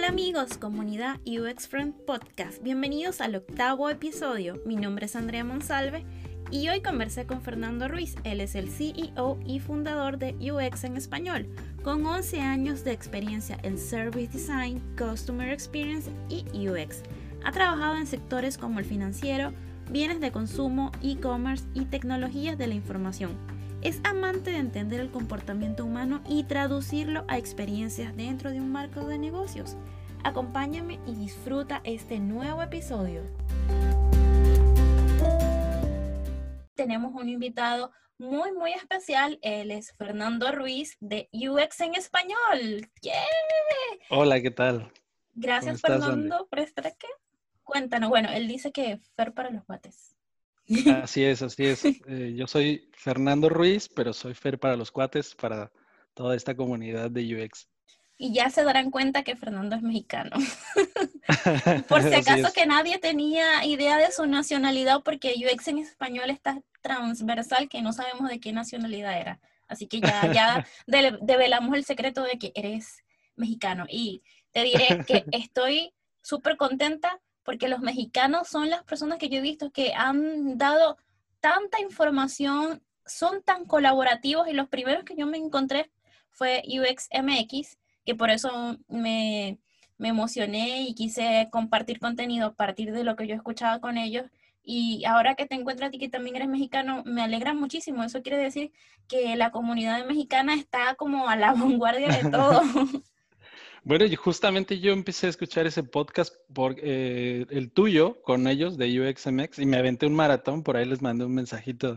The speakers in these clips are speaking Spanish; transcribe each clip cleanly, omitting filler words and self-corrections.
Hola amigos, comunidad UX Friend Podcast. Bienvenidos al 8º episodio. Mi nombre es Andrea Monsalve y hoy conversé con Fernando Ruiz. Él es el CEO y fundador de UX en Español, con 11 años de experiencia en Service Design, Customer Experience y UX. Ha trabajado en sectores como el financiero, bienes de consumo, e-commerce y tecnologías de la información. Es amante de entender el comportamiento humano y traducirlo a experiencias dentro de un marco de negocios. Acompáñame y disfruta este nuevo episodio. Tenemos un invitado muy especial. Él es Fernando Ruiz de UX en Español. ¡Yeah! Hola, ¿qué tal? ¿Cómo Gracias, estás, Andy? Fernando, por estar aquí. Cuéntanos. Bueno, él dice que Fer para los cuates. Así es, así es. Yo soy Fernando Ruiz, pero soy Fer para los cuates, para toda esta comunidad de UX. Y ya se darán cuenta que Fernando es mexicano. Por si Así acaso es. que nadie tenía idea de su nacionalidad, porque UX en español está transversal que no sabemos de qué nacionalidad era. Así que ya develamos el secreto de que eres mexicano. Y te diré que estoy súper contenta porque los mexicanos son las personas que yo he visto que han dado tanta información, son tan colaborativos y los primeros que yo me encontré fue UX MX, que por eso me emocioné y quise compartir contenido a partir de lo que yo escuchaba con ellos. Y ahora que te encuentro a ti que también eres mexicano, me alegra muchísimo. Eso quiere decir que la comunidad mexicana está como a la vanguardia de todo. Bueno, y justamente yo empecé a escuchar ese podcast por el tuyo con ellos de UXMX y me aventé un maratón, por ahí les mandé un mensajito.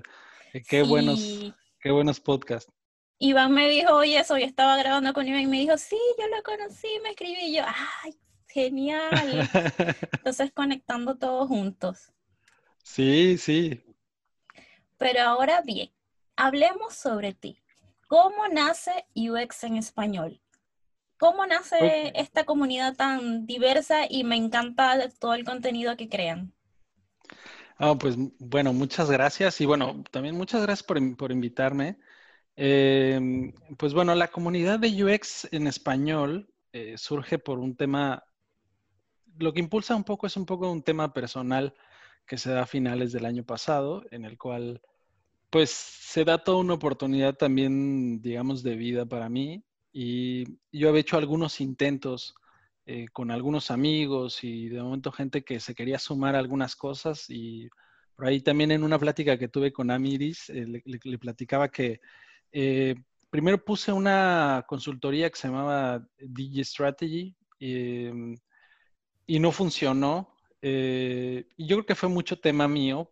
Sí. Qué buenos podcasts. Iván me dijo, oye, eso, yo estaba grabando con Iván y me dijo, sí, yo lo conocí, me escribí y yo, ay, genial. Entonces conectando todos juntos. Sí, sí. Pero ahora bien, hablemos sobre ti. ¿Cómo nace UX en español? ¿Cómo nace Ok. esta comunidad tan diversa y me encanta todo el contenido que crean? Pues bueno, muchas gracias y bueno, también muchas gracias por invitarme. Pues bueno, la comunidad de UX en español surge por un tema, lo que impulsa un poco es un poco un tema personal que se da a finales del año pasado, en el cual pues se da toda una oportunidad también, digamos, de vida para mí. Y yo había hecho algunos intentos con algunos amigos y de momento gente que se quería sumar a algunas cosas. Y por ahí también en una plática que tuve con Amiris, le platicaba que eh, primero puse una consultoría que se llamaba DJ Strategy y no funcionó. Y yo creo que fue mucho tema mío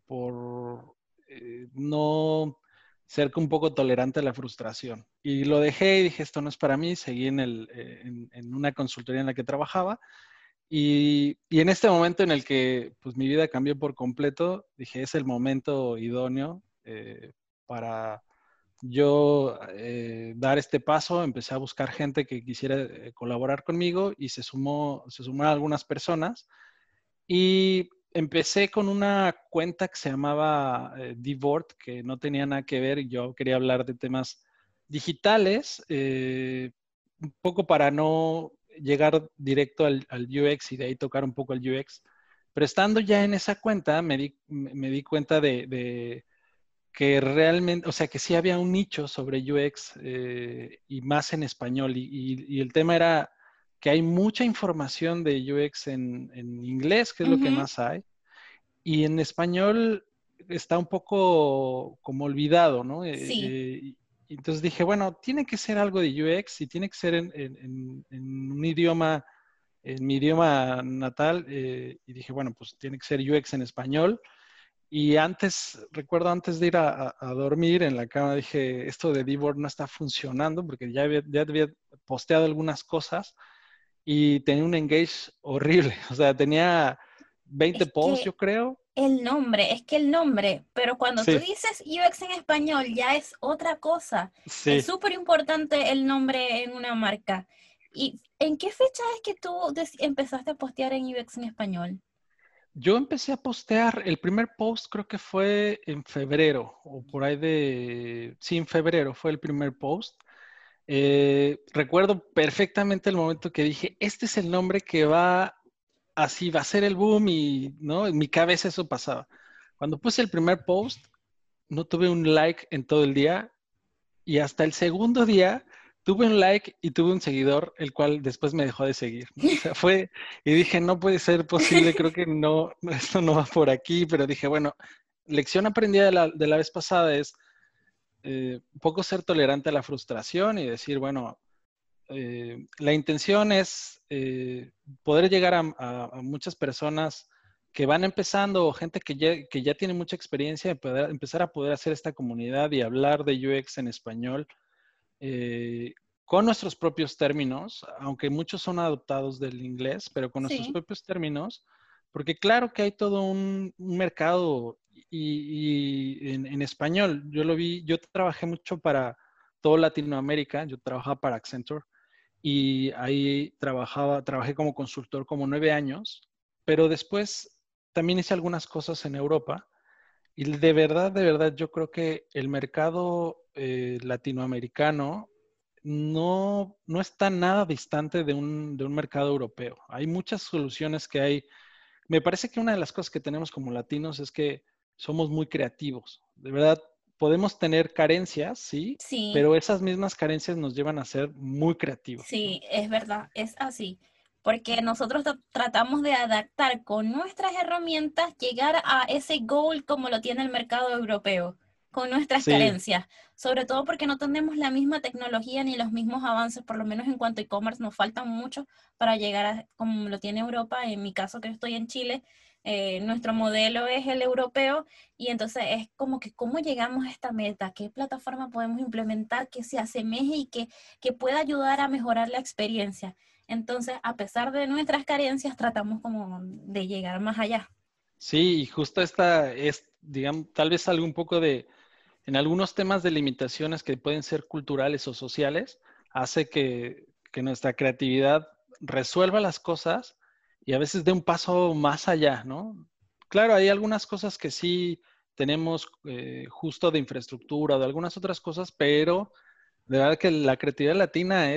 por no ser un poco tolerante a la frustración. Y lo dejé y dije, esto no es para mí, seguí en una consultoría en la que trabajaba. Y en este momento en el que pues, mi vida cambió por completo, dije, es el momento idóneo para yo dar este paso. Empecé a buscar gente que quisiera colaborar conmigo y se sumaron algunas personas. Y empecé con una cuenta que se llamaba Dboard, que no tenía nada que ver. Yo quería hablar de temas digitales, un poco para no llegar directo al UX y de ahí tocar un poco el UX. Pero estando ya en esa cuenta, me di cuenta de que realmente, o sea, que sí había un nicho sobre UX y más en español. Y el tema era que hay mucha información de UX en inglés, que es lo que Ujú. más hay, y en español está un poco como olvidado, ¿no? Sí, Y entonces dije, bueno, tiene que ser algo de UX y tiene que ser en un idioma, en mi idioma natal, y dije, bueno, pues tiene que ser UX en español. Y antes, recuerdo antes de ir a dormir en la cama, dije, esto de Dboard no está funcionando porque ya había posteado algunas cosas y tenía un engage horrible. O sea, tenía 20 es posts, que yo creo. es que el nombre, pero cuando tú Sí, dices UX en español ya es otra cosa. Es sí. súper importante el nombre en una marca. ¿Y en qué fecha es que tú empezaste a postear en UX en español? Yo empecé a postear, el primer post creo que fue en febrero o por ahí de, sí, en febrero fue el primer post. Recuerdo perfectamente el momento que dije, este es el nombre que así va a ser el boom y, ¿no? En mi cabeza eso pasaba. Cuando puse el primer post, no tuve un like en todo el día y hasta el segundo día tuve un like y tuve un seguidor, el cual después me dejó de seguir, ¿no? O sea, y dije, no puede ser posible, creo que no, esto no va por aquí, pero dije, bueno, lección aprendida de la vez pasada es un poco ser tolerante a la frustración y decir, bueno, la intención es poder llegar a muchas personas que van empezando o gente que ya tiene mucha experiencia, empezar a poder hacer esta comunidad y hablar de UX en español eh, con nuestros propios términos, aunque muchos son adoptados del inglés, pero con nuestros Sí, propios términos, porque claro que hay todo un mercado y en español. Yo lo vi, yo trabajé mucho para toda Latinoamérica, yo trabajaba para Accenture y ahí trabajé como consultor como 9 años, pero después también hice algunas cosas en Europa y de verdad, yo creo que el mercado latinoamericano no está nada distante de un mercado europeo. Hay muchas soluciones que hay. Me parece que una de las cosas que tenemos como latinos es que somos muy creativos. De verdad, podemos tener carencias, sí, sí. pero esas mismas carencias nos llevan a ser muy creativos, ¿no? Sí, es verdad, es así, porque nosotros tratamos de adaptar con nuestras herramientas, llegar a ese goal como lo tiene el mercado europeo, con nuestras Sí, carencias, sobre todo porque no tenemos la misma tecnología ni los mismos avances, por lo menos en cuanto a e-commerce, nos faltan mucho para llegar a como lo tiene Europa. En mi caso, que estoy en Chile, nuestro modelo es el europeo y entonces es como que cómo llegamos a esta meta, qué plataforma podemos implementar que se asemeje y que pueda ayudar a mejorar la experiencia. Entonces, a pesar de nuestras carencias, tratamos como de llegar más allá. sí, y justo esta es, digamos, tal vez algo un poco en algunos temas de limitaciones que pueden ser culturales o sociales, hace que nuestra creatividad resuelva las cosas y a veces dé un paso más allá, ¿no? Claro, hay algunas cosas que sí tenemos justo de infraestructura o de algunas otras cosas, pero de verdad que la creatividad latina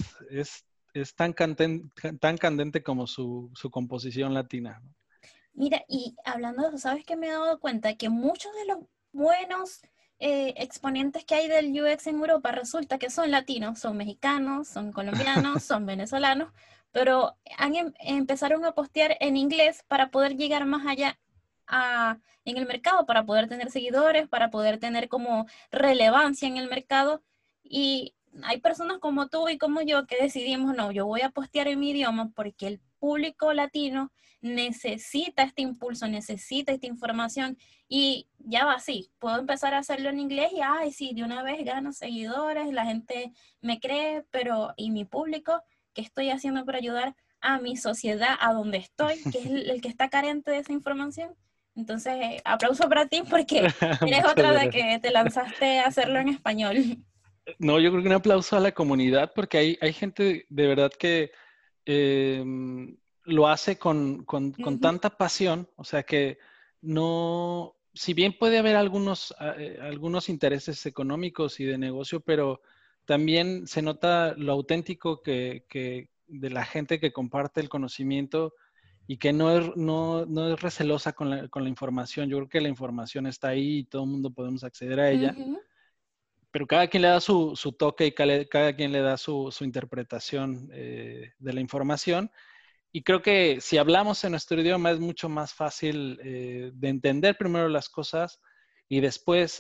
es tan candente como su composición latina, ¿no? Mira, y hablando de eso, ¿sabes qué me he dado cuenta? Que muchos de los buenos exponentes que hay del UX en Europa resulta que son latinos, son mexicanos, son colombianos, son venezolanos, pero empezaron a postear en inglés para poder llegar más allá en el mercado, para poder tener seguidores, para poder tener como relevancia en el mercado. Y hay personas como tú y como yo que decidimos, no, yo voy a postear en mi idioma porque el público latino necesita este impulso, necesita esta información y ya va así. Puedo empezar a hacerlo en inglés y, ay, sí, de una vez gano seguidores, la gente me cree, pero ¿y mi público? ¿Qué estoy haciendo para ayudar a mi sociedad, a donde estoy, que es el que está carente de esa información? Entonces, aplauso para ti porque eres Muchas otra de gracias. que te lanzaste a hacerlo en español. No, yo creo que un aplauso a la comunidad porque hay gente de verdad que eh, lo hace con Ujú, tanta pasión, o sea que no, si bien puede haber algunos intereses económicos y de negocio, pero también se nota lo auténtico que de la gente que comparte el conocimiento y que no es recelosa con la información. Yo creo que la información está ahí y todo el mundo podemos acceder a ella, ujú. pero cada quien le da su toque y cada quien le da su interpretación de la información. Y creo que si hablamos en nuestro idioma es mucho más fácil de entender primero las cosas y después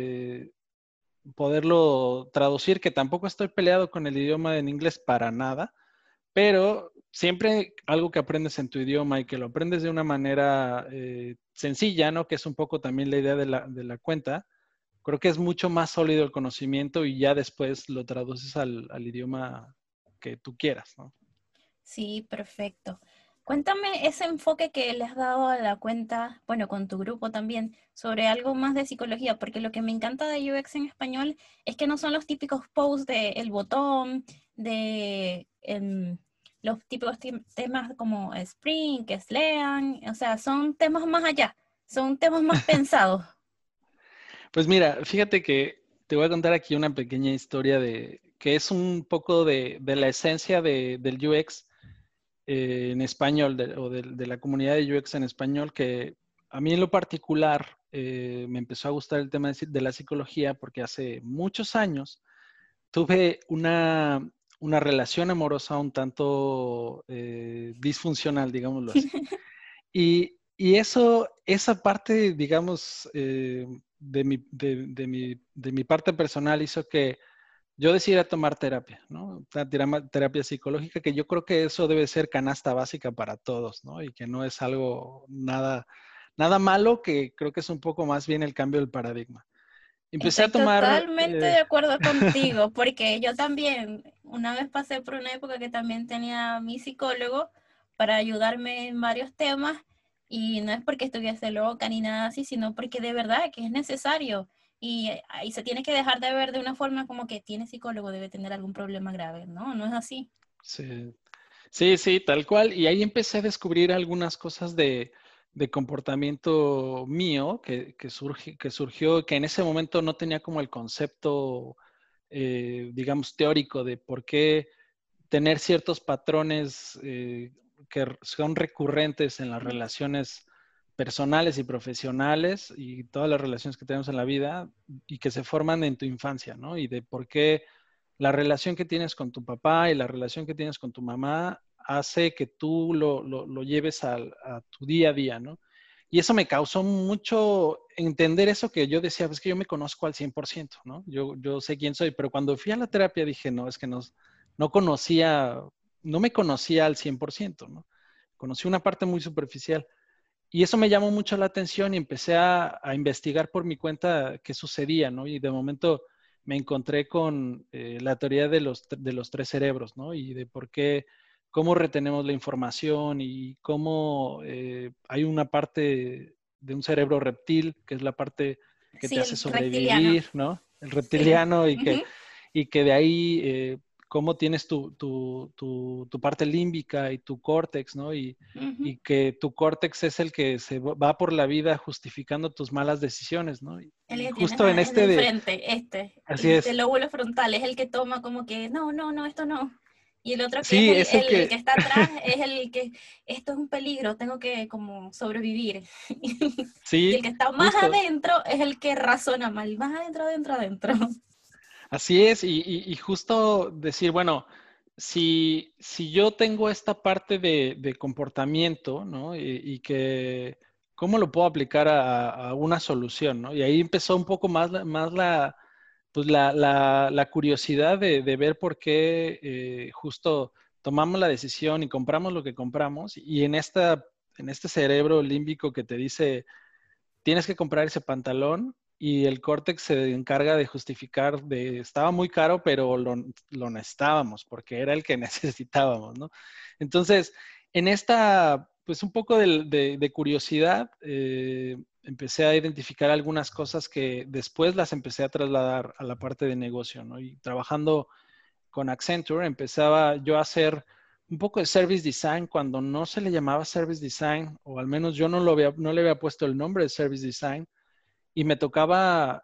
poderlo traducir, que tampoco estoy peleado con el idioma en inglés para nada, pero siempre algo que aprendes en tu idioma y que lo aprendes de una manera sencilla, ¿no? Que es un poco también la idea de la cuenta. Creo que es mucho más sólido el conocimiento y ya después lo traduces al idioma que tú quieras, ¿no? Sí, perfecto. Cuéntame ese enfoque que le has dado a la cuenta, bueno, con tu grupo también, sobre algo más de psicología, porque lo que me encanta de UX en español es que no son los típicos posts de el botón, de los típicos temas como Spring, que es lean, o sea, son temas más allá, son temas más pensados. Pues mira, fíjate que te voy a contar aquí una pequeña historia que es un poco de la esencia del UX en español, de la comunidad de UX en español, que a mí en lo particular me empezó a gustar el tema de la psicología porque hace muchos años tuve una relación amorosa un tanto disfuncional, digámoslo así. Y eso, esa parte, digamos, de mi parte personal hizo que yo decidiera tomar terapia, ¿no? Terapia psicológica, que yo creo que eso debe ser canasta básica para todos, ¿no? Y que no es algo nada malo, que creo que es un poco más bien el cambio del paradigma. Empecé a Estoy tomar, totalmente de acuerdo contigo, porque yo también una vez pasé por una época que también tenía a mi psicólogo para ayudarme en varios temas y no es porque estuviese loca ni nada así, sino porque de verdad que es necesario y ahí se tiene que dejar de ver de una forma como que tiene psicólogo, debe tener algún problema grave. No, no es así. sí, sí, sí, tal cual. Y ahí empecé a descubrir algunas cosas de comportamiento mío que surgió, que en ese momento no tenía como el concepto, digamos, teórico de por qué tener ciertos patrones que son recurrentes en las relaciones personales y profesionales y todas las relaciones que tenemos en la vida y que se forman en tu infancia, ¿no? Y de por qué la relación que tienes con tu papá y la relación que tienes con tu mamá hace que tú lo lleves a tu día a día, ¿no? Y eso me causó mucho entender eso que yo decía, es que yo me conozco al 100%, ¿no? Yo sé quién soy, pero cuando fui a la terapia dije, no, es que no conocía, no me conocía al 100%, ¿no? Conocí una parte muy superficial. Y eso me llamó mucho la atención y empecé a investigar por mi cuenta qué sucedía, ¿no? Y de momento me encontré con la teoría de los tres cerebros, ¿no? Y de por qué, cómo retenemos la información y cómo hay una parte de un cerebro reptil, que es la parte que te Sí, hace el reptiliano. sobrevivir, ¿no? El Sí. reptiliano Ujú, y que de ahí cómo tienes tu parte límbica y tu córtex, ¿no? ujú. Y que tu córtex es el que se va por la vida justificando tus malas decisiones, ¿no? El Y que tienes justo en en este el de, frente, así este es, lóbulo frontal, es el que toma como que, no, no, no, esto no. Y el otro que es sí, es el el que que, está atrás, es el que, esto es un peligro, tengo que como sobrevivir. Y el sí, que está más justo, adentro es el que razona mal, más adentro, adentro, adentro. así es, y justo decir, bueno, si yo tengo esta parte de comportamiento, ¿no? Y que, ¿cómo lo puedo aplicar a una solución, ¿no? Y ahí empezó un poco más pues la curiosidad de ver por qué justo tomamos la decisión y compramos lo que compramos y en este cerebro límbico que te dice, tienes que comprar ese pantalón y el córtex se encarga de justificar estaba muy caro, pero lo necesitábamos porque era el que necesitábamos, ¿no? Entonces, en esta, pues un poco de curiosidad, empecé a identificar algunas cosas que después las empecé a trasladar a la parte de negocio, ¿no? Y trabajando con Accenture, empezaba yo a hacer un poco de service design cuando no se le llamaba service design, o al menos yo no le había puesto el nombre de service design, y me tocaba,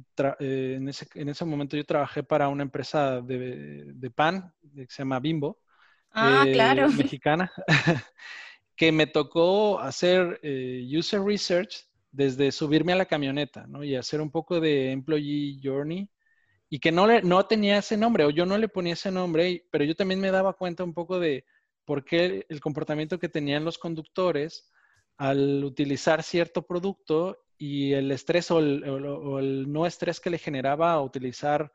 en ese momento yo trabajé para una empresa de pan que se llama Bimbo, Ah, claro. mexicana, que me tocó hacer user research desde subirme a la camioneta, ¿no? Y hacer un poco de employee journey y que no tenía ese nombre o yo no le ponía ese nombre, pero yo también me daba cuenta un poco de por qué el comportamiento que tenían los conductores al utilizar cierto producto y el estrés o el no estrés que le generaba utilizar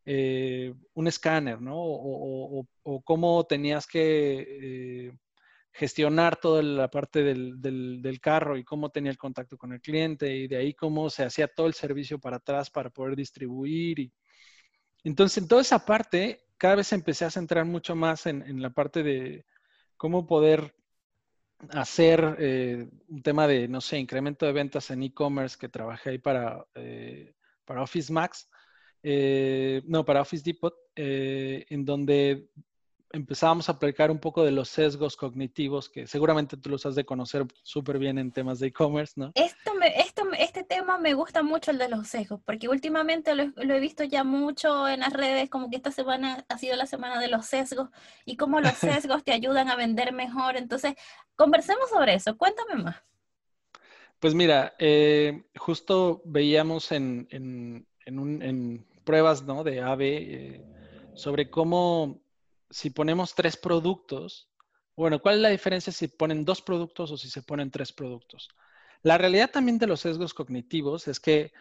un escáner, ¿no? O cómo tenías que gestionar toda la parte del carro y cómo tenía el contacto con el cliente y de ahí cómo se hacía todo el servicio para atrás para poder distribuir y entonces, en toda esa parte, cada vez empecé a centrar mucho más en la parte de cómo poder hacer un tema de, no sé, incremento de ventas en e-commerce que trabajé ahí para Office Max, no, para Office Depot, en donde empezábamos a aplicar un poco de los sesgos cognitivos que seguramente tú los has de conocer súper bien en temas de e-commerce, ¿no? Este tema tema me gusta mucho el de los sesgos, porque últimamente lo he visto ya mucho en las redes, como que esta semana ha sido la semana de los sesgos y cómo los sesgos te ayudan a vender mejor. Entonces, conversemos sobre eso. Cuéntame más. Pues mira, justo veíamos en pruebas, ¿no? De AB sobre cómo si ponemos tres productos, bueno, ¿cuál es la diferencia si ponen dos productos o si se ponen tres productos? La realidad también de los sesgos cognitivos es que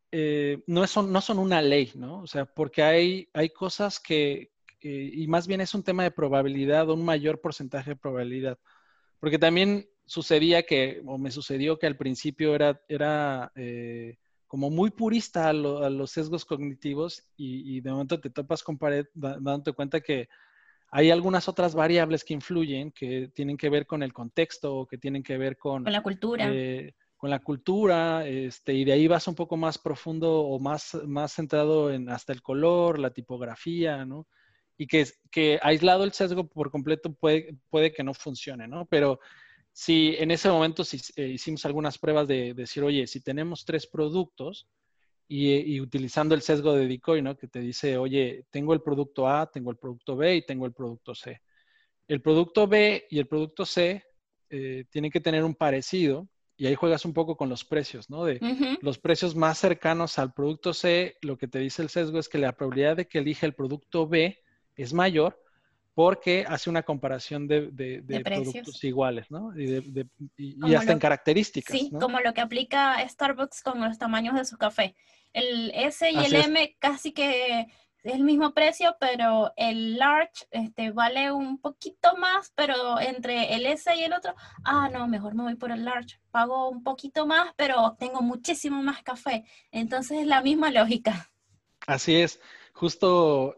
no son una ley, ¿no? O sea, porque hay cosas y más bien es un tema de probabilidad o un mayor porcentaje de probabilidad. Porque también sucedía o me sucedió que al principio era como muy purista a los sesgos cognitivos y de momento te topas con pared dándote cuenta que hay algunas otras variables que influyen, que tienen que ver con el contexto, que tienen que ver Con la cultura. con la cultura, y de ahí vas un poco más profundo o más centrado en hasta el color, la tipografía, ¿no? Y que aislado el sesgo por completo puede que no funcione, ¿no? Pero si en ese momento si, hicimos algunas pruebas de decir, oye, si tenemos tres productos y utilizando el sesgo de decoy, ¿no? Que te dice, oye, tengo el producto A, tengo el producto B y tengo el producto C. El producto B y el producto C tienen que tener un parecido y ahí juegas un poco con los precios, ¿no? De Ujú. los precios más cercanos al producto C, lo que te dice el sesgo es que la probabilidad de que elija el producto B es mayor porque hace una comparación De de precios. productos iguales, ¿no? Y Como hasta en lo, características, sí, ¿no? como lo que aplica Starbucks con los tamaños de su café. El S y el Así es. M casi que es el mismo precio, pero el large vale un poquito más, pero entre el S y el otro, no, mejor me voy por el large. Pago un poquito más, pero obtengo muchísimo más café. Entonces es la misma lógica. Así es, justo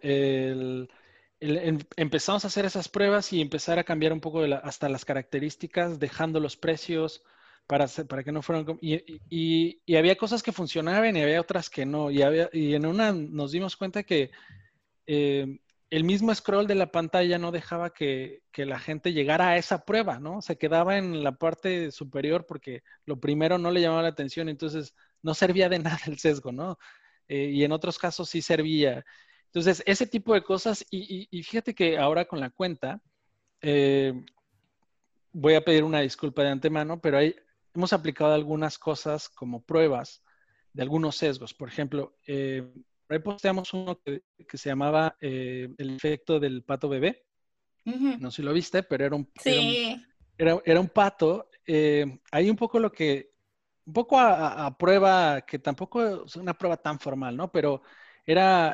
empezamos a hacer esas pruebas y empezar a cambiar un poco hasta las características, dejando los precios para que no fueran... Y había cosas que funcionaban y había otras que no. Y en una nos dimos cuenta que eh, el mismo scroll de la pantalla no dejaba que la gente llegara a esa prueba, ¿no? Se quedaba en la parte superior porque lo primero no le llamaba la atención, entonces no servía de nada el sesgo, ¿no? Y en otros casos sí servía. Entonces, ese tipo de cosas, y fíjate que ahora con la cuenta, eh, voy a pedir una disculpa de antemano, pero hemos aplicado algunas cosas como pruebas de algunos sesgos. Por ejemplo, ahí posteamos uno que se llamaba el efecto del pato bebé. Ujú. No sé si lo viste, pero Sí. era un pato. Hay un poco un poco a prueba, que tampoco es una prueba tan formal, ¿no? Pero era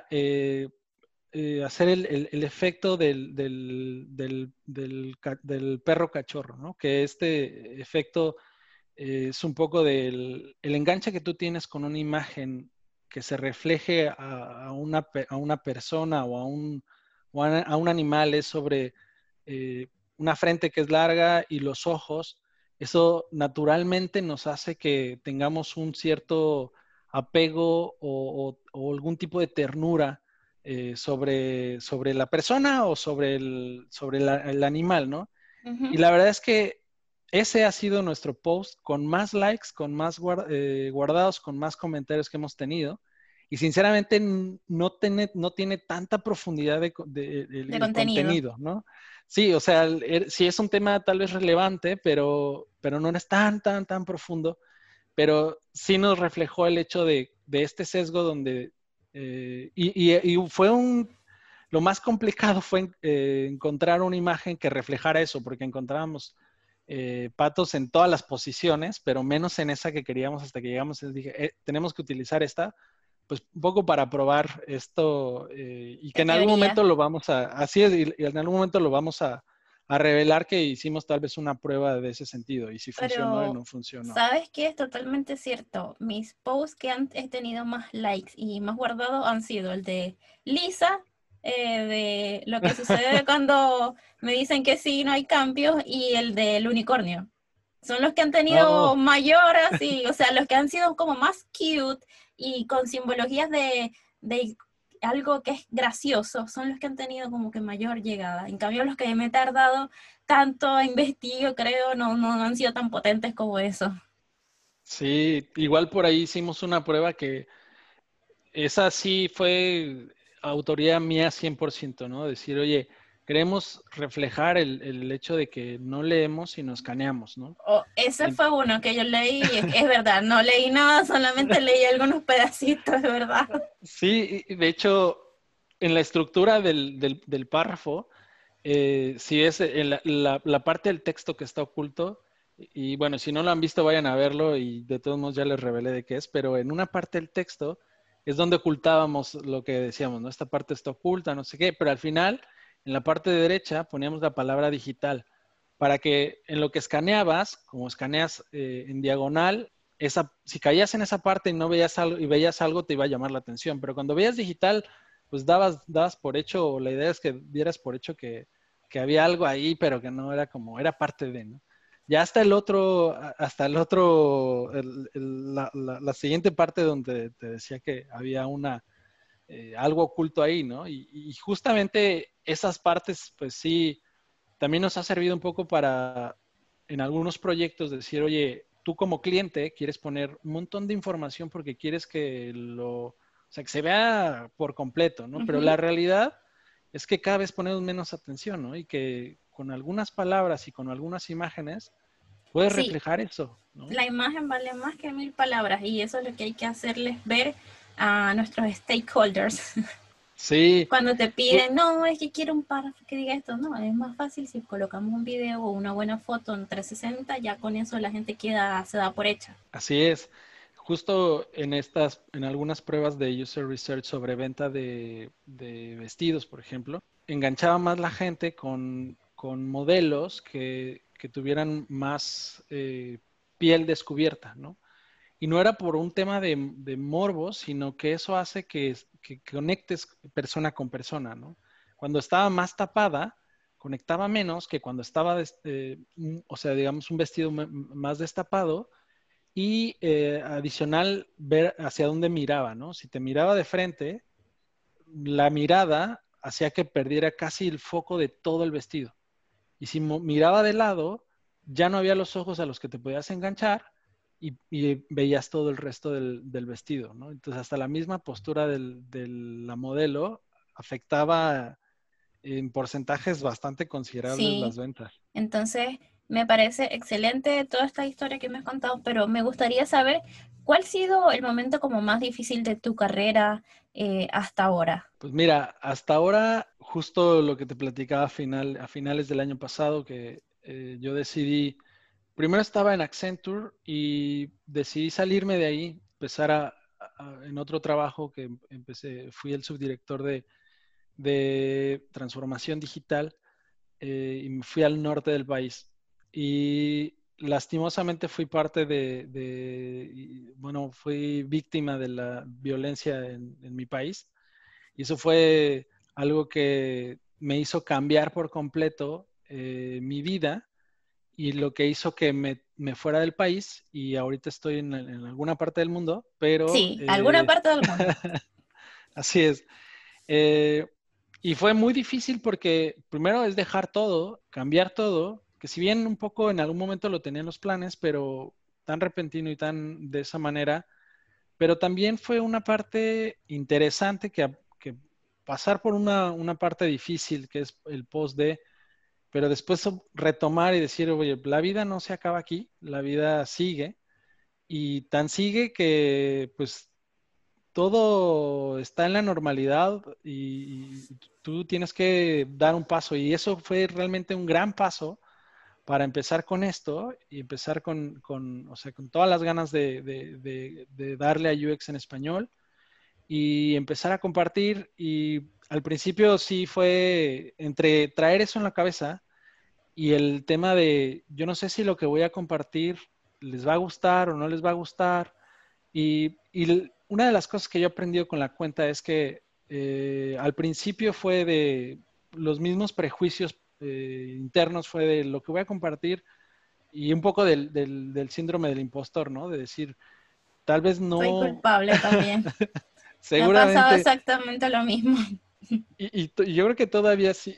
hacer el efecto del perro cachorro, ¿no? Que este efecto es un poco el enganche que tú tienes con una imagen que se refleje a una persona o a un animal es sobre una frente que es larga y los ojos. Eso naturalmente nos hace que tengamos un cierto apego o algún tipo de ternura sobre la persona o sobre el animal, ¿no? Y Ujú. la verdad es que ese ha sido nuestro post con más likes, con más guardados, con más comentarios que hemos tenido. Y sinceramente no tiene tanta profundidad De el contenido. contenido, ¿no? Sí, o sea, sí es un tema tal vez relevante, pero no es tan profundo. Pero sí nos reflejó el hecho de este sesgo donde, y fue lo más complicado fue encontrar una imagen que reflejara eso, porque encontrábamos patos en todas las posiciones, pero menos en esa que queríamos hasta que llegamos. Y dije, tenemos que utilizar esta, pues un poco para probar esto y que De en algún teoría. momento así es, y en algún momento lo vamos a revelar que hicimos tal vez una prueba de ese sentido y si funcionó y Pero, no funcionó. ¿sabes qué? Es totalmente cierto. Mis posts que han he tenido más likes y más guardados han sido el de Lisa, de lo que sucede cuando me dicen que sí, no hay cambios, y el del unicornio. Son los que han tenido Oh, mayor así, o sea, los que han sido como más cute y con simbologías de algo que es gracioso, son los que han tenido como que mayor llegada. En cambio, los que me he tardado tanto investigo, creo, no han sido tan potentes como eso. Sí, igual por ahí hicimos una prueba que esa sí fue autoría mía 100%, ¿no? Decir, oye, queremos reflejar el hecho de que no leemos sino escaneamos, ¿no? Oh, ese Y fue uno que yo leí, y es verdad, no leí nada, solamente leí algunos pedacitos, de verdad. sí, y de hecho, en la estructura del párrafo, si es en la parte del texto que está oculto, y bueno, si no lo han visto, vayan a verlo y de todos modos ya les revelé de qué es, pero en una parte del texto es donde ocultábamos lo que decíamos, ¿no? Esta parte está oculta, no sé qué, pero al final, en la parte de derecha, poníamos la palabra digital para que en lo que escaneabas, como escaneas en diagonal, si caías en esa parte y no veías algo, y veías algo, te iba a llamar la atención, pero cuando veías digital, pues dabas por hecho, o la idea es que dieras por hecho que había algo ahí, pero que no era como, era parte de, ¿no? Ya la siguiente parte donde te decía que había algo oculto ahí, ¿no? Y justamente esas partes, pues sí, también nos ha servido un poco para, en algunos proyectos, decir, oye, tú como cliente quieres poner un montón de información porque quieres o sea, que se vea por completo, ¿no? Pero Ujú. la realidad es que cada vez ponemos menos atención, ¿no? Y que con algunas palabras y con algunas imágenes puedes Sí, reflejar eso, ¿no? la imagen vale más que mil palabras y eso es lo que hay que hacerles ver a nuestros stakeholders. Sí, Cuando te ju- piden, no, es que quiero un párrafo que diga esto, no, es más fácil si colocamos un video o una buena foto en 360, ya con eso la gente se da por hecha. así es. Justo en algunas pruebas de user research sobre venta de vestidos, por ejemplo, enganchaba más la gente con modelos que tuvieran más piel descubierta, ¿no? Y no era por un tema de morbo, sino que eso hace que conectes persona con persona, ¿no? Cuando estaba más tapada, conectaba menos que cuando estaba, o sea, digamos, un vestido más destapado y adicional, ver hacia dónde miraba, ¿no? Si te miraba de frente, la mirada hacía que perdiera casi el foco de todo el vestido. Y si miraba de lado, ya no había los ojos a los que te podías enganchar y veías todo el resto del vestido, ¿no? Entonces, hasta la misma postura de la modelo afectaba en porcentajes bastante considerables las Sí, ventas. entonces me parece excelente toda esta historia que me has contado, pero me gustaría saber cuál ha sido el momento como más difícil de tu carrera hasta ahora. Pues mira, hasta ahora, justo lo que te platicaba a finales del año pasado, que yo decidí, primero estaba en Accenture y decidí salirme de ahí, empezar en otro trabajo que empecé, fui el subdirector de transformación digital y me fui al norte del país. Y lastimosamente fui parte bueno, fui víctima de la violencia en mi país. Y eso fue algo que me hizo cambiar por completo mi vida y lo que hizo que me fuera del país y ahorita estoy en alguna parte del mundo, pero Sí, alguna parte del mundo. así es. Eh, y fue muy difícil porque primero es dejar todo, cambiar todo, que si bien un poco en algún momento lo tenía en los planes, pero tan repentino y tan de esa manera, pero también fue una parte interesante que pasar por una parte difícil que es el post de, pero después retomar y decir, oye, la vida no se acaba aquí, la vida sigue y tan sigue que pues todo está en la normalidad y tú tienes que dar un paso y eso fue realmente un gran paso para empezar con esto y empezar o sea, con todas las ganas de darle a UX en español y empezar a compartir. Y al principio sí fue entre traer eso en la cabeza y el tema de yo no sé si lo que voy a compartir les va a gustar o no les va a gustar. Y una de las cosas que yo he aprendido con la cuenta es que al principio fue de los mismos prejuicios internos, fue de lo que voy a compartir y un poco del síndrome del impostor, ¿no? De decir, tal vez Soy no, culpable también. Me ha pasado seguramente, exactamente lo mismo. y yo creo que todavía sí,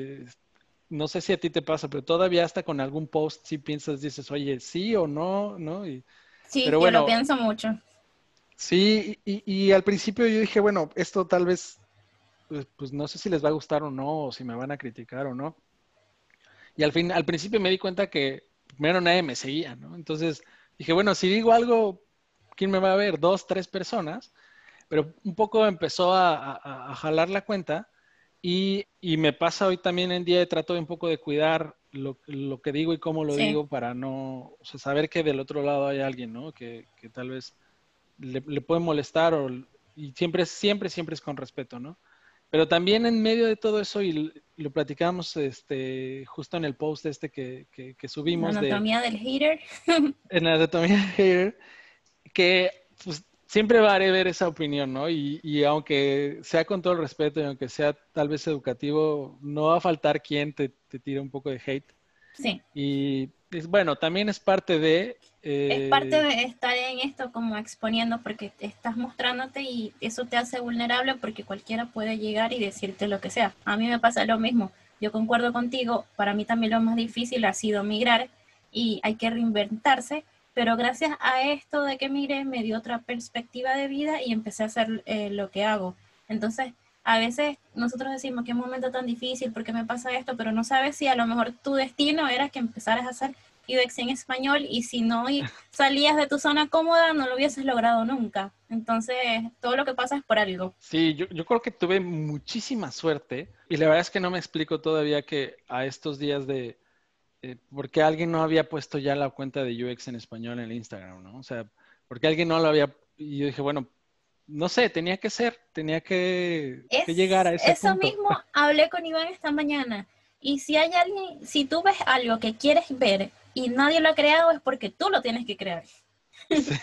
no sé si a ti te pasa, pero todavía hasta con algún post sí piensas, dices, oye, sí o no, ¿no? Sí, Pero yo lo bueno, pienso mucho. sí, y al principio yo dije, bueno, esto tal vez, pues no sé si les va a gustar o no, o si me van a criticar o no. Y al principio me di cuenta que primero nadie me seguía, ¿no? Entonces dije, bueno, si digo algo, ¿quién me va a ver? Dos, tres personas. Pero un poco empezó a jalar la cuenta y me pasa hoy también en día de trato de un poco de cuidar lo que digo y cómo lo Sí. digo para no, o sea, saber que del otro lado hay alguien, ¿no? Que tal vez le puede molestar y siempre es con respeto, ¿no? Pero también en medio de todo eso, y lo platicamos justo en el post que La subimos anatomía del hater. en la anatomía de hater, que pues, siempre va a haber esa opinión, ¿no? Y aunque sea con todo el respeto y aunque sea tal vez educativo, no va a faltar quien te tire un poco de hate. Sí. Y bueno, también es parte de... Es parte de estar en esto como exponiendo porque te estás mostrándote y eso te hace vulnerable porque cualquiera puede llegar y decirte lo que sea. A mí me pasa lo mismo. Yo concuerdo contigo, para mí también lo más difícil ha sido migrar y hay que reinventarse, pero gracias a esto de que migré me dio otra perspectiva de vida y empecé a hacer lo que hago. Entonces, a veces nosotros decimos qué momento tan difícil, por qué me pasa esto, pero no sabes si a lo mejor tu destino era que empezaras a hacer UX en español y si no salías de tu zona cómoda no lo hubieses logrado nunca. Entonces, todo lo que pasa es por algo. Sí, yo creo que tuve muchísima suerte y la verdad es que no me explico todavía que a estos días de... ¿por qué alguien no había puesto ya la cuenta de UX en español en el Instagram, ¿no? O sea, porque alguien no lo había... Y yo dije, bueno, no sé, tenía que llegar Es a ese eso punto. mismo hablé con Iván esta mañana. Y si hay alguien, si tú ves algo que quieres ver y nadie lo ha creado, es porque tú lo tienes que crear. Sí,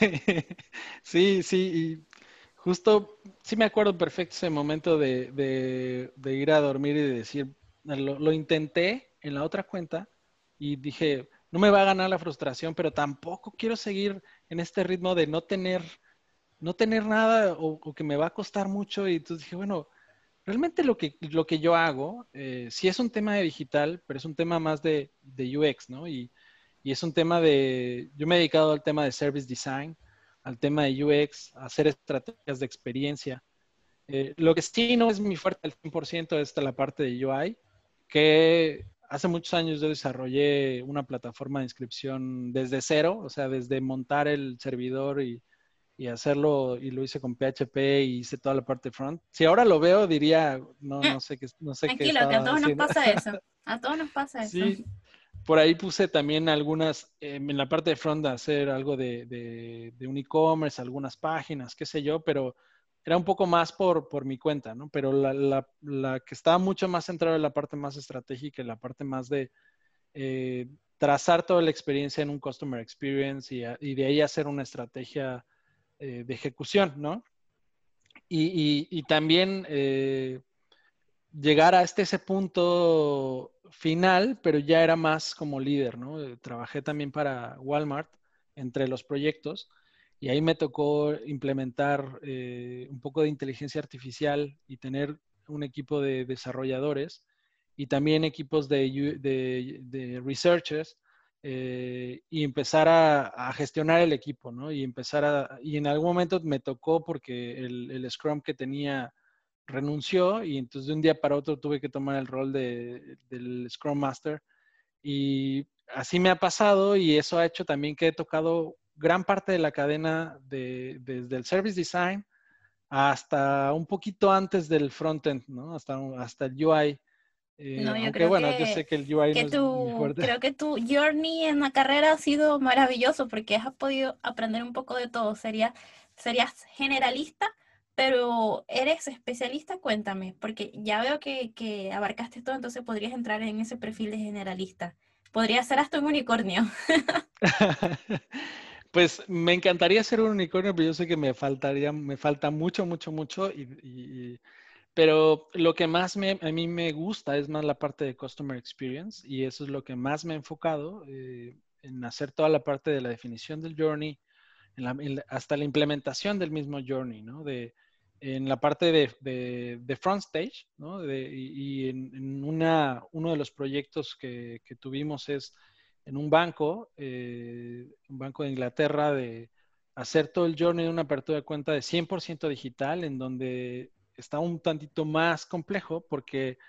sí, y justo, sí me acuerdo perfecto ese momento de ir a dormir y de decir, lo intenté en la otra cuenta y dije, no me va a ganar la frustración, pero tampoco quiero seguir en este ritmo de no tener nada o que me va a costar mucho. Y entonces dije, bueno, realmente lo que yo hago, sí es un tema de digital, pero es un tema más de UX, ¿no? Y es un tema yo me he dedicado al tema de service design, al tema de UX, a hacer estrategias de experiencia. Lo que sí no es mi fuerte al 100% es la parte de UI, que hace muchos años yo desarrollé una plataforma de inscripción desde cero, o sea, desde montar el servidor y hacerlo, y lo hice con PHP y hice toda la parte front. Si ahora lo veo, diría, no sé qué Tranquilo, que a estaba todos nos haciendo. pasa eso. A todos nos pasa eso. Sí, por ahí puse también algunas, en la parte de front, de hacer algo de un e-commerce, algunas páginas, qué sé yo, pero era un poco más por mi cuenta, ¿no? Pero la que estaba mucho más centrada en la parte más estratégica, en la parte más de trazar toda la experiencia en un customer experience y de ahí hacer una estrategia de ejecución, ¿no? Y también llegar a ese punto final, pero ya era más como líder, ¿no? Trabajé también para Walmart entre los proyectos y ahí me tocó implementar un poco de inteligencia artificial y tener un equipo de desarrolladores y también equipos de researchers y empezar a gestionar el equipo, ¿no? Y en algún momento me tocó porque el Scrum que tenía renunció y entonces de un día para otro tuve que tomar el rol del Scrum Master y así me ha pasado y eso ha hecho también que he tocado gran parte de la cadena desde el Service Design hasta un poquito antes del frontend, ¿no? Hasta el UI. No, yo Aunque creo bueno, yo sé que el UI no es mi fuerte. creo que tu journey en la carrera ha sido maravilloso porque has podido aprender un poco de todo. Serías generalista, pero eres especialista, cuéntame, porque ya veo que abarcaste todo, entonces podrías entrar en ese perfil de generalista. Podría ser hasta un unicornio. Pues me encantaría ser un unicornio, pero yo sé que me falta mucho, mucho, mucho pero lo que más a mí me gusta es más la parte de Customer Experience y eso es lo que más me he enfocado en hacer toda la parte de la definición del journey, hasta la implementación del mismo journey, ¿no? En la parte de front stage, ¿no? Y en uno de los proyectos que tuvimos es en un banco de Inglaterra, hacer todo el journey de una apertura de cuenta de 100% digital, en donde está un tantito más complejo porque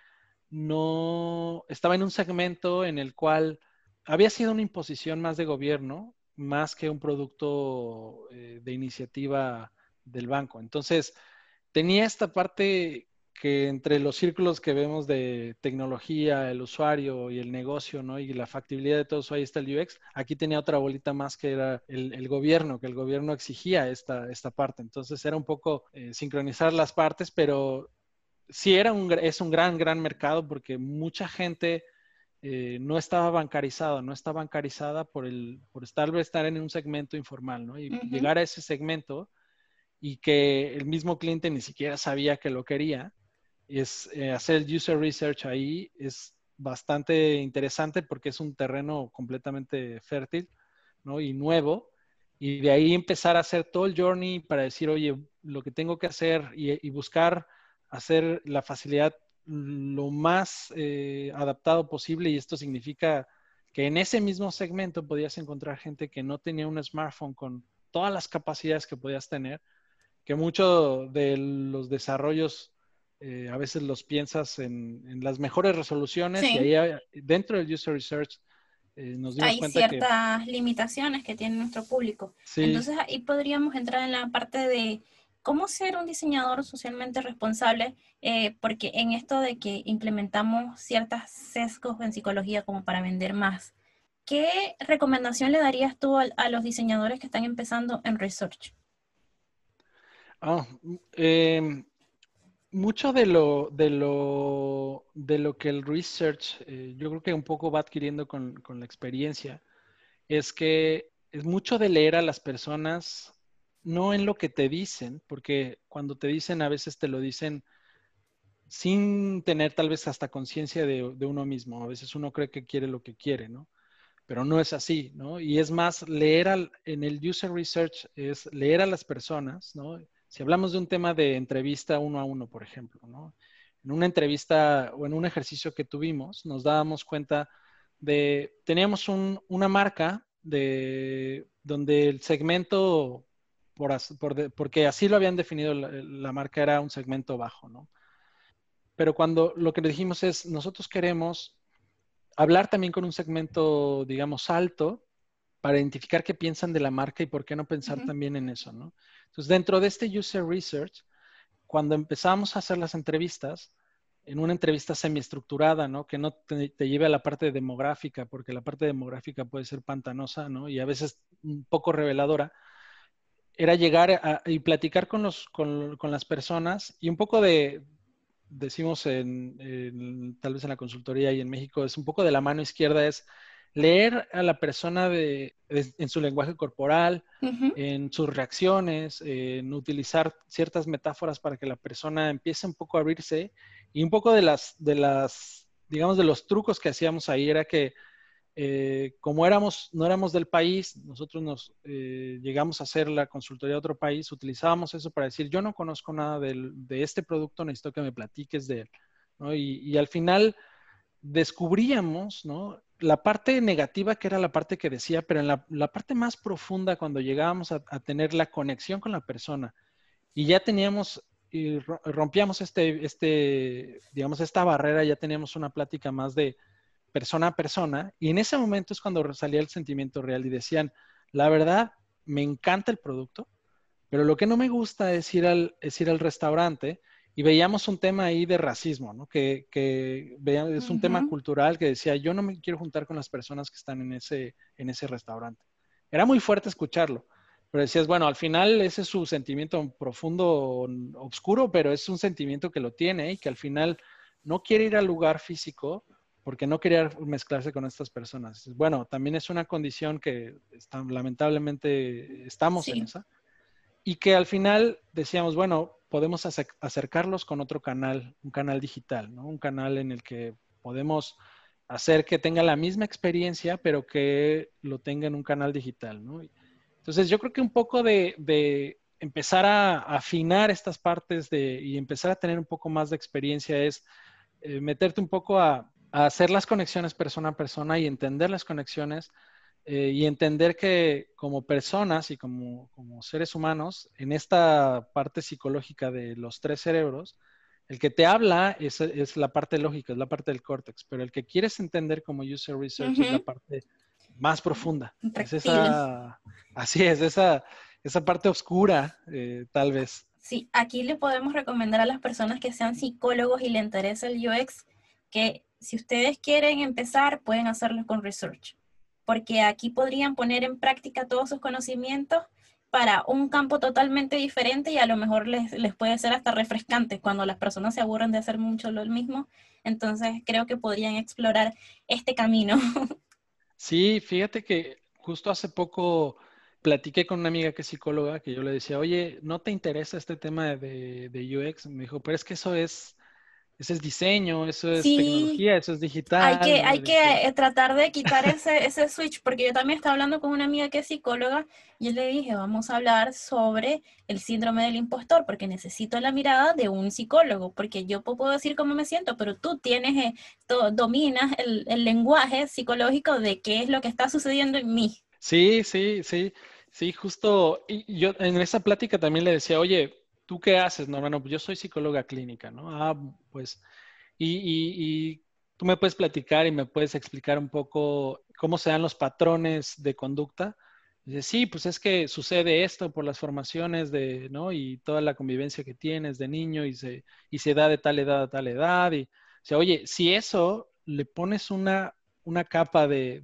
no estaba en un segmento en el cual había sido una imposición más de gobierno, más que un producto de iniciativa del banco. Entonces, tenía esta parte que entre los círculos que vemos de tecnología, el usuario y el negocio, ¿no? Y la factibilidad de todo eso, ahí está el UX. Aquí tenía otra bolita más que era el gobierno, que el gobierno exigía esta parte. Entonces era un poco sincronizar las partes, pero sí es un gran mercado porque mucha gente no estaba bancarizada, no está bancarizada por estar en un segmento informal, ¿no? Y Ujú. llegar a ese segmento y que el mismo cliente ni siquiera sabía que lo quería, hacer el user research ahí es bastante interesante porque es un terreno completamente fértil, ¿no? Y nuevo. Y de ahí empezar a hacer todo el journey para decir, oye, lo que tengo que hacer y buscar hacer la facilidad lo más adaptado posible. Y esto significa que en ese mismo segmento podías encontrar gente que no tenía un smartphone con todas las capacidades que podías tener, que mucho de los desarrollos a veces los piensas en las mejores resoluciones y Sí, ahí dentro del user research nos dimos hay cuenta que ciertas limitaciones que tiene nuestro público. sí, Entonces ahí podríamos entrar en la parte de cómo ser un diseñador socialmente responsable, porque en esto de que implementamos ciertos sesgos en psicología como para vender más, ¿qué recomendación le darías tú a los diseñadores que están empezando en research? ah, eh, mucho de lo que el research, yo creo que un poco va adquiriendo con la experiencia, es que es mucho de leer a las personas, no en lo que te dicen, porque cuando te dicen a veces te lo dicen sin tener tal vez hasta conciencia de uno mismo. A veces uno cree que quiere lo que quiere, ¿no? Pero no es así, ¿no? Y es más, en el user research es leer a las personas, ¿no? Si hablamos de un tema de entrevista uno a uno, por ejemplo, ¿no? En una entrevista o en un ejercicio que tuvimos, nos dábamos cuenta teníamos una marca donde el segmento, porque así lo habían definido la marca, era un segmento bajo, ¿no? Pero cuando lo que le dijimos es, nosotros queremos hablar también con un segmento, digamos, alto para identificar qué piensan de la marca y por qué no pensar Ujú, también en eso, ¿no? Entonces, dentro de este user research, cuando empezamos a hacer las entrevistas, en una entrevista semiestructurada, ¿no? Que no te lleve a la parte demográfica, porque la parte demográfica puede ser pantanosa, ¿no? Y a veces un poco reveladora, era llegar y platicar con las personas y un poco decimos tal vez en la consultoría y en México, es un poco de la mano izquierda, es leer a la persona en su lenguaje corporal, ujú. en sus reacciones, en utilizar ciertas metáforas para que la persona empiece un poco a abrirse. Y un poco digamos, de los trucos que hacíamos ahí era que como no éramos del país, nosotros llegamos a hacer la consultoría de otro país, utilizábamos eso para decir, yo no conozco nada de este producto, necesito que me platiques de él, ¿no? Y al final descubríamos, ¿no? La parte negativa que era la parte que decía, pero en la parte más profunda, cuando llegábamos a tener la conexión con la persona y ya teníamos, y rompíamos digamos, esta barrera, ya teníamos una plática más de persona a persona, y en ese momento es cuando salía el sentimiento real y decían, la verdad, me encanta el producto, pero lo que no me gusta es ir al restaurante y veíamos un tema ahí de racismo, ¿no? Es un tema Ujú. cultural que decía, yo no me quiero juntar con las personas que están en ese restaurante. Era muy fuerte escucharlo, pero decías, bueno, al final ese es su sentimiento profundo, oscuro, pero es un sentimiento que lo tiene y que al final no quiere ir al lugar físico porque no quería mezclarse con estas personas. Bueno, también es una condición que lamentablemente estamos en Sí. esa y que al final decíamos, bueno, podemos acercarlos con otro canal, un canal digital, ¿no? Un canal en el que podemos hacer que tenga la misma experiencia, pero que lo tenga en un canal digital, ¿no? Entonces, yo creo que un poco de empezar a afinar estas partes y empezar a tener un poco más de experiencia es meterte un poco a hacer las conexiones persona a persona y entender las conexiones y entender que como personas y como seres humanos, en esta parte psicológica de los tres cerebros, el que te habla es la parte lógica, es la parte del córtex, pero el que quieres entender como user research es la Ujú. parte más profunda. Es Reptil. así es, esa parte oscura, tal vez. Sí, aquí le podemos recomendar a las personas que sean psicólogos y le interesa el UX que si ustedes quieren empezar, pueden hacerlo con research, porque aquí podrían poner en práctica todos sus conocimientos para un campo totalmente diferente y a lo mejor les puede ser hasta refrescante cuando las personas se aburren de hacer mucho lo mismo. Entonces creo que podrían explorar este camino. Sí, fíjate que justo hace poco platiqué con una amiga que es psicóloga, que yo le decía, oye, ¿no te interesa este tema de UX? Me dijo, pero es que eso es diseño, eso es Sí, tecnología, eso es hay digital, que, ¿no? hay Y le dije, que tratar de quitar ese switch, porque yo también estaba hablando con una amiga que es psicóloga y yo le dije, vamos a hablar sobre el síndrome del impostor, porque necesito la mirada de un psicólogo, porque yo puedo decir cómo me siento, pero tú tienes, dominas el lenguaje psicológico de qué es lo que está sucediendo en mí. sí, sí, sí, sí, justo. Y yo en esa plática también le decía, oye, ¿tú qué haces? No, bueno, pues yo soy psicóloga clínica, ¿no? Ah, pues, y tú me puedes platicar y me puedes explicar un poco cómo se dan los patrones de conducta. Dice, sí, pues es que sucede esto por las formaciones de, ¿no? Y toda la convivencia que tienes de niño y se da de tal edad a tal edad. Y, o sea, oye, si eso le pones una capa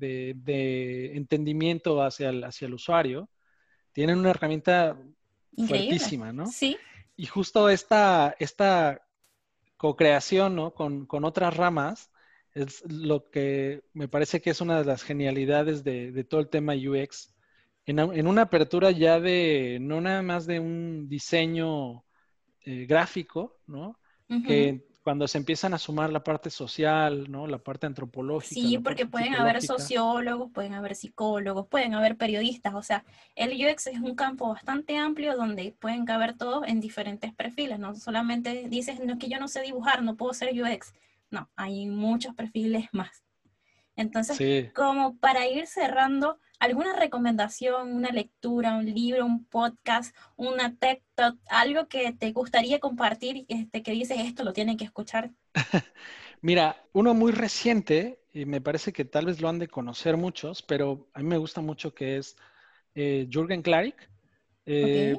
de entendimiento hacia el usuario, tienen una herramienta Increíble. fuertísima, ¿no? Sí, Y justo esta co-creación, ¿no? Con otras ramas es lo que me parece que es una de las genialidades de todo el tema UX. En una apertura ya de, no nada más de un diseño gráfico, ¿no? ujú. Que cuando se empiezan a sumar la parte social, ¿no? La parte antropológica, Sí, la porque parte pueden haber psicológica. sociólogos, pueden haber psicólogos, pueden haber periodistas, o sea, el UX es un campo bastante amplio donde pueden caber todos en diferentes perfiles, no solamente dices, no es que yo no sé dibujar, no puedo ser UX, no, hay muchos perfiles más. Entonces, Sí. como para ir cerrando, ¿alguna recomendación, una lectura, un libro, un podcast, una TED Talk, algo que te gustaría compartir, que dices esto lo tienen que escuchar? Mira, uno muy reciente, y me parece que tal vez lo han de conocer muchos, pero a mí me gusta mucho que es Jürgen Klarik. Ok. Eh,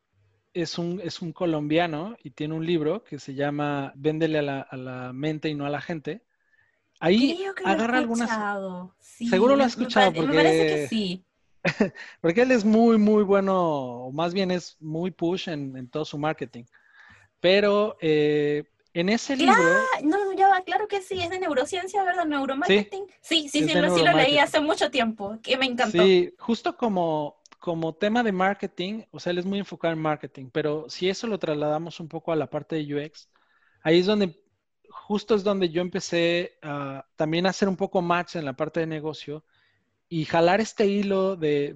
es un colombiano y tiene un libro que se llama Véndele a la mente y no a la gente. Ahí Creo que lo he agarra algunas, escuchado. Sí, seguro lo has escuchado me parece que porque, sí. porque él es muy, muy bueno, o más bien es muy push en todo su marketing. Pero en ese Claro, libro, no, ya va, claro que sí, es de neurociencia, ¿verdad? sí, Neuromarketing. Sí, sí, es sí, de sí lo leí neuromarketing. hace mucho tiempo, que me encantó. Sí, justo como tema de marketing, o sea, él es muy enfocado en marketing, pero si eso lo trasladamos un poco a la parte de UX, ahí es donde, justo es donde yo empecé a también a hacer un poco match en la parte de negocio y jalar este hilo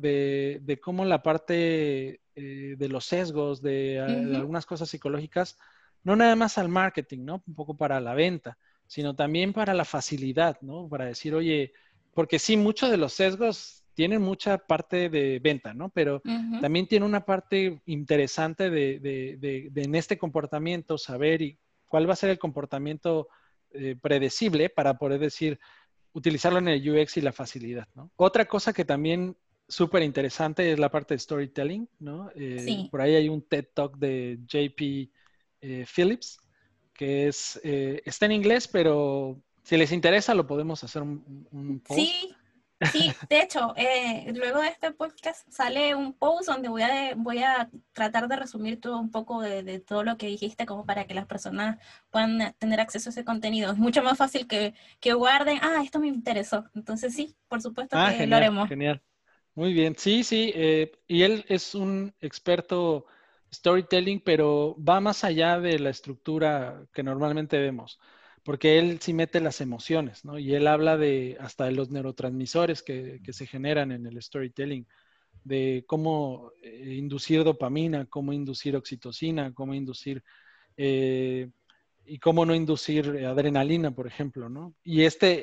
de cómo la parte de los sesgos, de Ujú, algunas cosas psicológicas, no nada más al marketing, ¿no? Un poco para la venta, sino también para la facilidad, ¿no? Para decir, oye, porque sí, muchos de los sesgos tienen mucha parte de venta, ¿no? Pero ujú. también tiene una parte interesante de en este comportamiento saber y cuál va a ser el comportamiento predecible para poder decir, utilizarlo en el UX y la facilidad, ¿no? Otra cosa que también súper interesante es la parte de storytelling, ¿no? Sí. Por ahí hay un TED Talk de JP Phillips, que está en inglés, pero si les interesa lo podemos hacer un post. Sí, sí, de hecho, luego de este podcast sale un post donde voy a tratar de resumir todo un poco de todo lo que dijiste como para que las personas puedan tener acceso a ese contenido. Es mucho más fácil que guarden, esto me interesó. Entonces sí, por supuesto Ah, que lo genial, haremos. genial. Muy bien, sí, sí, y él es un experto storytelling, pero va más allá de la estructura que normalmente vemos, porque él sí mete las emociones, ¿no? Y él habla de hasta de los neurotransmisores que se generan en el storytelling, de cómo inducir dopamina, cómo inducir oxitocina, cómo inducir eh, y cómo no inducir adrenalina, por ejemplo, ¿no? Y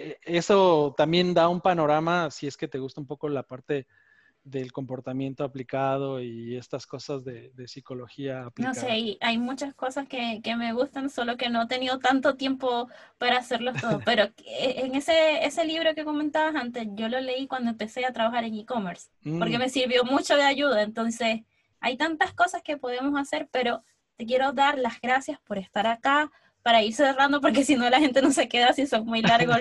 eso también da un panorama, si es que te gusta un poco la parte del comportamiento aplicado y estas cosas de psicología No sé, aplicada. hay muchas cosas que me gustan, solo que no he tenido tanto tiempo para hacerlos todos. Pero en ese libro que comentabas antes, yo lo leí cuando empecé a trabajar en e-commerce, porque Mm. me sirvió mucho de ayuda. Entonces, hay tantas cosas que podemos hacer, pero te quiero dar las gracias por estar acá, para ir cerrando, porque si no la gente no se queda si son muy largos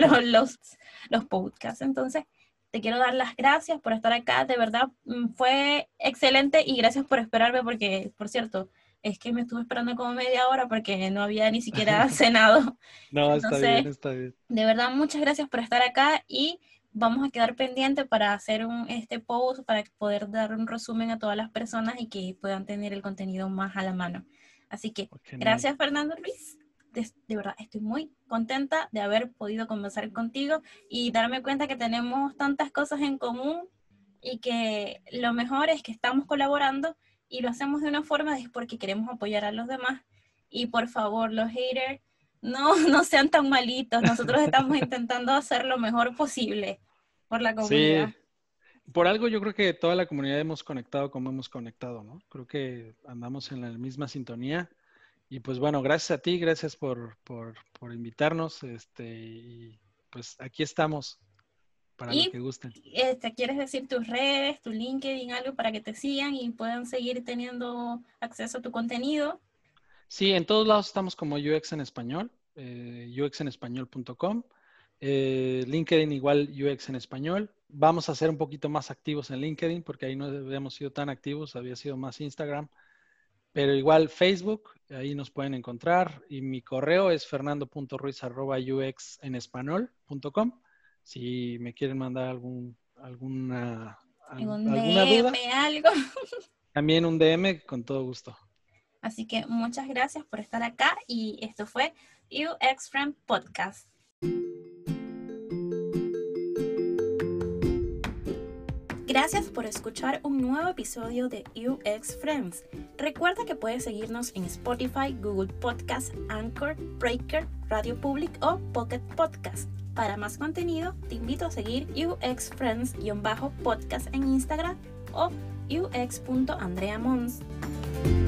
los podcasts. Entonces, te quiero dar las gracias por estar acá. De verdad, fue excelente y gracias por esperarme, porque, por cierto, es que me estuve esperando como media hora porque no había ni siquiera cenado. No, está bien, Entonces, está bien. de verdad, muchas gracias por estar acá y vamos a quedar pendiente para hacer este post para poder dar un resumen a todas las personas y que puedan tener el contenido más a la mano. Así que, Genial. gracias, Fernando Ruiz. De verdad, estoy muy contenta de haber podido conversar contigo y darme cuenta que tenemos tantas cosas en común y que lo mejor es que estamos colaborando y lo hacemos de una forma es porque queremos apoyar a los demás. Y por favor, los haters, no sean tan malitos. Nosotros estamos intentando hacer lo mejor posible por la Sí, comunidad. por algo yo creo que toda la comunidad hemos conectado como hemos conectado, ¿no? Creo que andamos en la misma sintonía. Y pues bueno, gracias a ti, gracias por invitarnos, y pues aquí estamos para lo Y que gusten. ¿quieres decir tus redes, tu LinkedIn, algo para que te sigan y puedan seguir teniendo acceso a tu contenido? Sí, en todos lados estamos como UX en español, uxenespañol.com, LinkedIn igual UX en español. Vamos a ser un poquito más activos en LinkedIn porque ahí no habíamos sido tan activos, había sido más Instagram, pero igual Facebook, ahí nos pueden encontrar y mi correo es fernando.ruiz@uxenespanol.com. Si me quieren mandar En un alguna duda, DM, algo. también un DM con todo gusto. Así que muchas gracias por estar acá y esto fue UX Friend Podcast. Gracias por escuchar un nuevo episodio de UX Friends. Recuerda que puedes seguirnos en Spotify, Google Podcast, Anchor, Breaker, Radio Public o Pocket Podcast. Para más contenido, te invito a seguir UX Friends-podcast en Instagram o ux.andreamons.